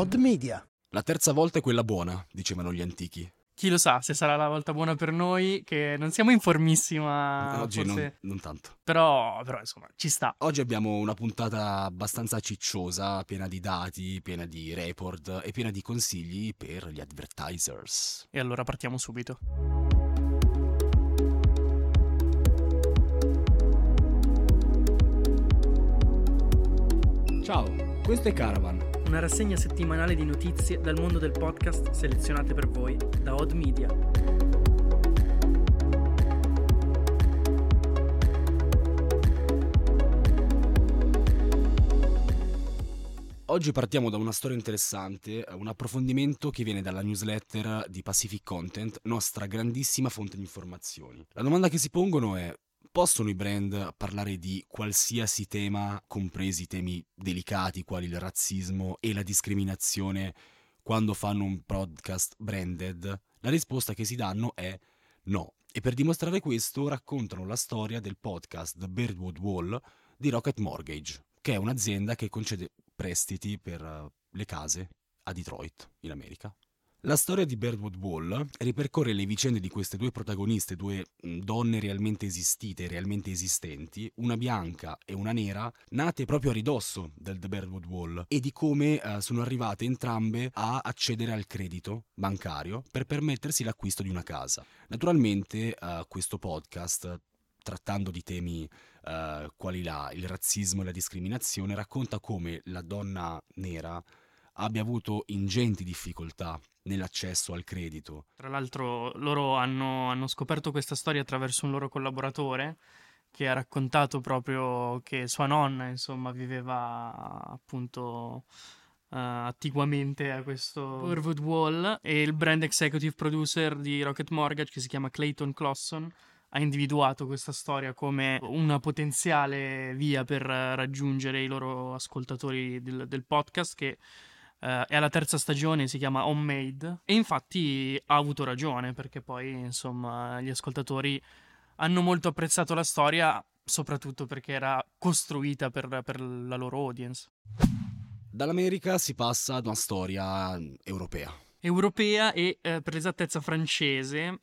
Odd Media. La terza volta è quella buona, dicevano gli antichi. Chi lo sa se sarà la volta buona per noi, che non siamo in formissima Oggi forse... non tanto. Però insomma ci sta. Oggi abbiamo una puntata abbastanza cicciosa, piena di dati, piena di report e piena di consigli per gli advertisers. E allora partiamo subito. Ciao, questo è Caravan. Una rassegna settimanale di notizie dal mondo del podcast selezionate per voi da Odd Media. Oggi partiamo da una storia interessante, un approfondimento che viene dalla newsletter di Pacific Content, nostra grandissima fonte di informazioni. La domanda che si pongono è: possono i brand parlare di qualsiasi tema, compresi temi delicati quali il razzismo e la discriminazione, quando fanno un podcast branded? La risposta che si danno è no. E per dimostrare questo raccontano la storia del podcast The Birdwood Wall di Rocket Mortgage, che è un'azienda che concede prestiti per le case a Detroit, in America. La storia di Birdwood Wall ripercorre le vicende di queste due protagoniste, due donne realmente esistite, realmente esistenti, una bianca e una nera, nate proprio a ridosso del The Birdwood Wall, e di come sono arrivate entrambe a accedere al credito bancario per permettersi l'acquisto di una casa. Naturalmente questo podcast, trattando di temi quali il razzismo e la discriminazione, racconta come la donna nera abbia avuto ingenti difficoltà nell'accesso al credito. Tra l'altro loro hanno scoperto questa storia attraverso un loro collaboratore che ha raccontato proprio che sua nonna, insomma, viveva appunto attiguamente a questo Birdwood Wall, e il brand executive producer di Rocket Mortgage, che si chiama Clayton Clawson, ha individuato questa storia come una potenziale via per raggiungere i loro ascoltatori del podcast, che è alla terza stagione, si chiama Homemade, e infatti ha avuto ragione, perché poi insomma gli ascoltatori hanno molto apprezzato la storia, soprattutto perché era costruita per la loro audience. Dall'America si passa ad una storia europea E per l'esattezza francese,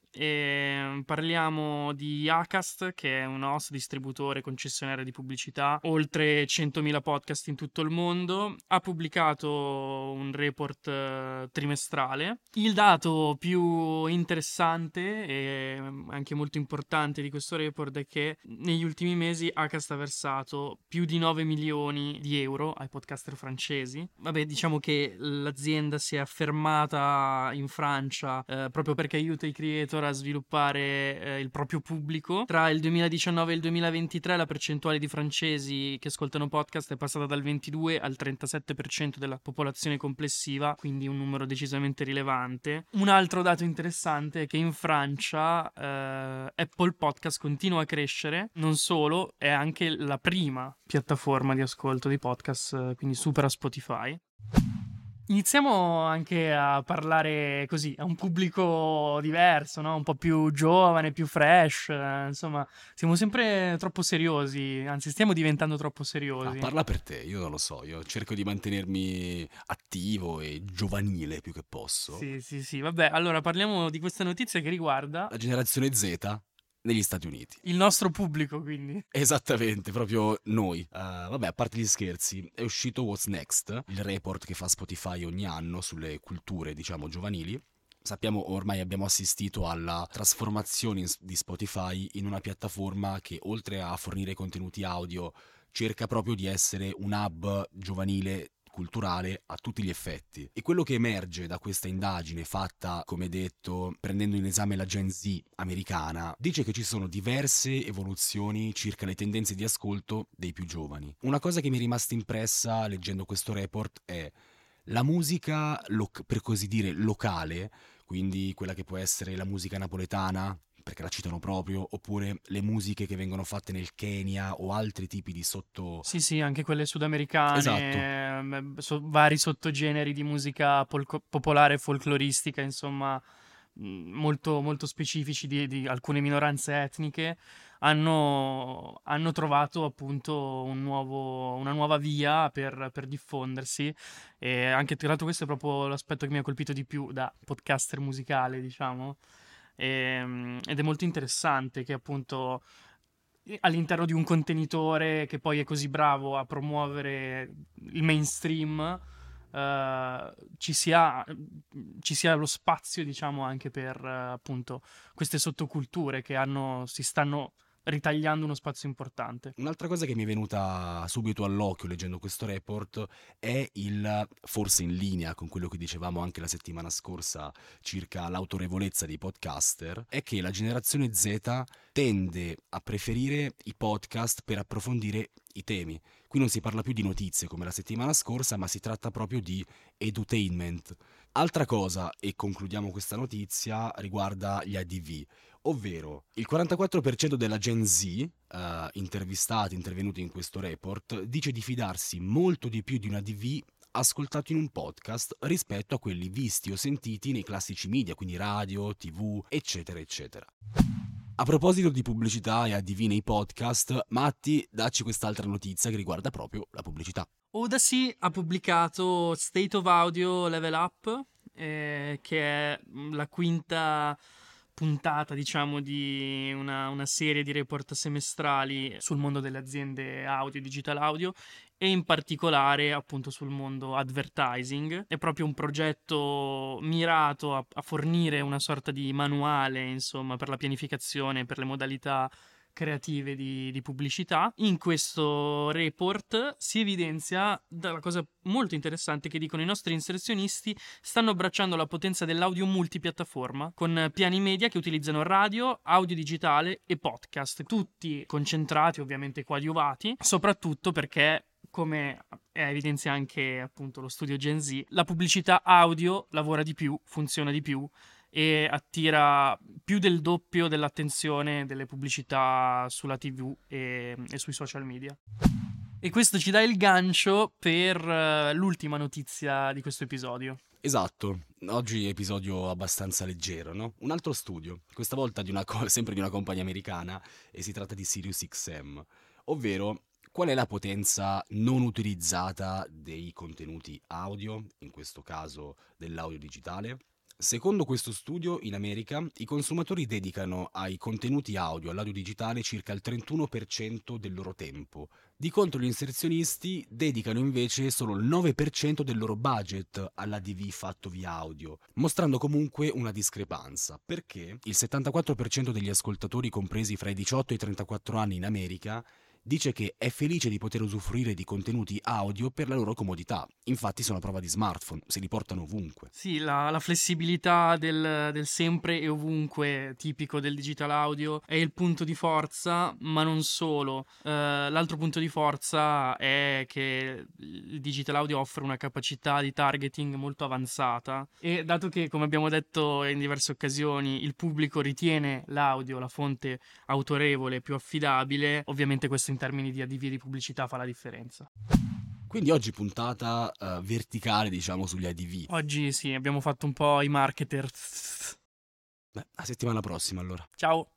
e parliamo di Acast, che è un host, distributore, concessionario di pubblicità, oltre 100.000 podcast in tutto il mondo. Ha pubblicato un report trimestrale. Il dato più interessante e anche molto importante di questo report è che negli ultimi mesi Acast ha versato più di 9 milioni di euro ai podcaster francesi. Vabbè, diciamo che l'azienda si è affermata in Francia proprio perché aiuta i creator a sviluppare il proprio pubblico. Tra il 2019 e il 2023 la percentuale di francesi che ascoltano podcast è passata dal 22 al 37% della popolazione complessiva, quindi un numero decisamente rilevante. Un altro dato interessante è che in Francia Apple Podcast continua a crescere, non solo, è anche la prima piattaforma di ascolto di podcast, quindi supera Spotify. Iniziamo anche a parlare così a un pubblico diverso, no? Un po' più giovane, più fresh, insomma, siamo sempre troppo seriosi, anzi stiamo diventando troppo seriosi. Parla per te, io non lo so, io cerco di mantenermi attivo e giovanile più che posso. Sì, vabbè, allora parliamo di questa notizia che riguarda la generazione Z negli Stati Uniti. Il nostro pubblico, quindi. Esattamente, proprio noi. Vabbè, a parte gli scherzi, è uscito What's Next, il report che fa Spotify ogni anno sulle culture, diciamo, giovanili. Sappiamo, ormai abbiamo assistito alla trasformazione di Spotify in una piattaforma che, oltre a fornire contenuti audio, cerca proprio di essere un hub giovanile culturale a tutti gli effetti. E quello che emerge da questa indagine fatta, come detto, prendendo in esame la Gen Z americana, dice che ci sono diverse evoluzioni circa le tendenze di ascolto dei più giovani. Una cosa che mi è rimasta impressa leggendo questo report è la musica, per così dire, locale, quindi quella che può essere la musica napoletana, perché la citano proprio, oppure le musiche che vengono fatte nel Kenya o altri tipi di sotto... Sì, anche quelle sudamericane, esatto. Vari sottogeneri di musica popolare e folcloristica, insomma, molto, molto specifici di alcune minoranze etniche, hanno trovato appunto una nuova via per diffondersi. E anche tra l'altro questo è proprio l'aspetto che mi ha colpito di più da podcaster musicale, diciamo. Ed è molto interessante che appunto all'interno di un contenitore che poi è così bravo a promuovere il mainstream, ci sia lo spazio, diciamo, anche per appunto queste sottoculture che si stanno ritagliando uno spazio importante. Un'altra cosa che mi è venuta subito all'occhio leggendo questo report è forse in linea con quello che dicevamo anche la settimana scorsa circa l'autorevolezza dei podcaster, è che la generazione Z tende a preferire i podcast per approfondire i temi. Qui non si parla più di notizie come la settimana scorsa, ma si tratta proprio di edutainment. Altra cosa, e concludiamo questa notizia, riguarda gli ADV. Ovvero, il 44% della Gen Z, intervenuti in questo report, dice di fidarsi molto di più di un ADV ascoltato in un podcast rispetto a quelli visti o sentiti nei classici media, quindi radio, TV, eccetera, eccetera. A proposito di pubblicità e ADV nei podcast, Matti, dacci quest'altra notizia che riguarda proprio la pubblicità. Audacy ha pubblicato State of Audio Level Up, che è la quinta puntata, diciamo, di una serie di report semestrali sul mondo delle aziende audio, digital audio, e in particolare appunto sul mondo advertising. È proprio un progetto mirato a fornire una sorta di manuale, insomma, per la pianificazione, per le modalità creative di pubblicità. In questo report si evidenzia dalla cosa molto interessante che dicono: i nostri inserzionisti stanno abbracciando la potenza dell'audio multipiattaforma con piani media che utilizzano radio, audio digitale e podcast, tutti concentrati, ovviamente coadiuvati, soprattutto perché, come evidenzia anche appunto lo studio Gen Z, la pubblicità audio lavora di più, funziona di più e attira più del doppio dell'attenzione delle pubblicità sulla TV e sui social media. E questo ci dà il gancio per l'ultima notizia di questo episodio. Esatto, oggi episodio abbastanza leggero, no? Un altro studio, questa volta sempre di una compagnia americana, e si tratta di SiriusXM, ovvero qual è la potenza non utilizzata dei contenuti audio, in questo caso dell'audio digitale? Secondo questo studio, in America, i consumatori dedicano ai contenuti audio, all'audio digitale, circa il 31% del loro tempo. Di contro, gli inserzionisti dedicano invece solo il 9% del loro budget all'ADV fatto via audio, mostrando comunque una discrepanza, perché il 74% degli ascoltatori compresi fra i 18 e i 34 anni in America dice che è felice di poter usufruire di contenuti audio per la loro comodità. Infatti sono a prova di smartphone, se li portano ovunque. Sì, la flessibilità del sempre e ovunque tipico del digital audio è il punto di forza, ma non solo. L'altro punto di forza è che il digital audio offre una capacità di targeting molto avanzata, e dato che, come abbiamo detto in diverse occasioni, il pubblico ritiene l'audio la fonte autorevole più affidabile, ovviamente questo in termini di ADV e di pubblicità fa la differenza. Quindi oggi puntata verticale, diciamo, sugli ADV. Oggi sì, abbiamo fatto un po' i marketer. A settimana prossima allora. Ciao!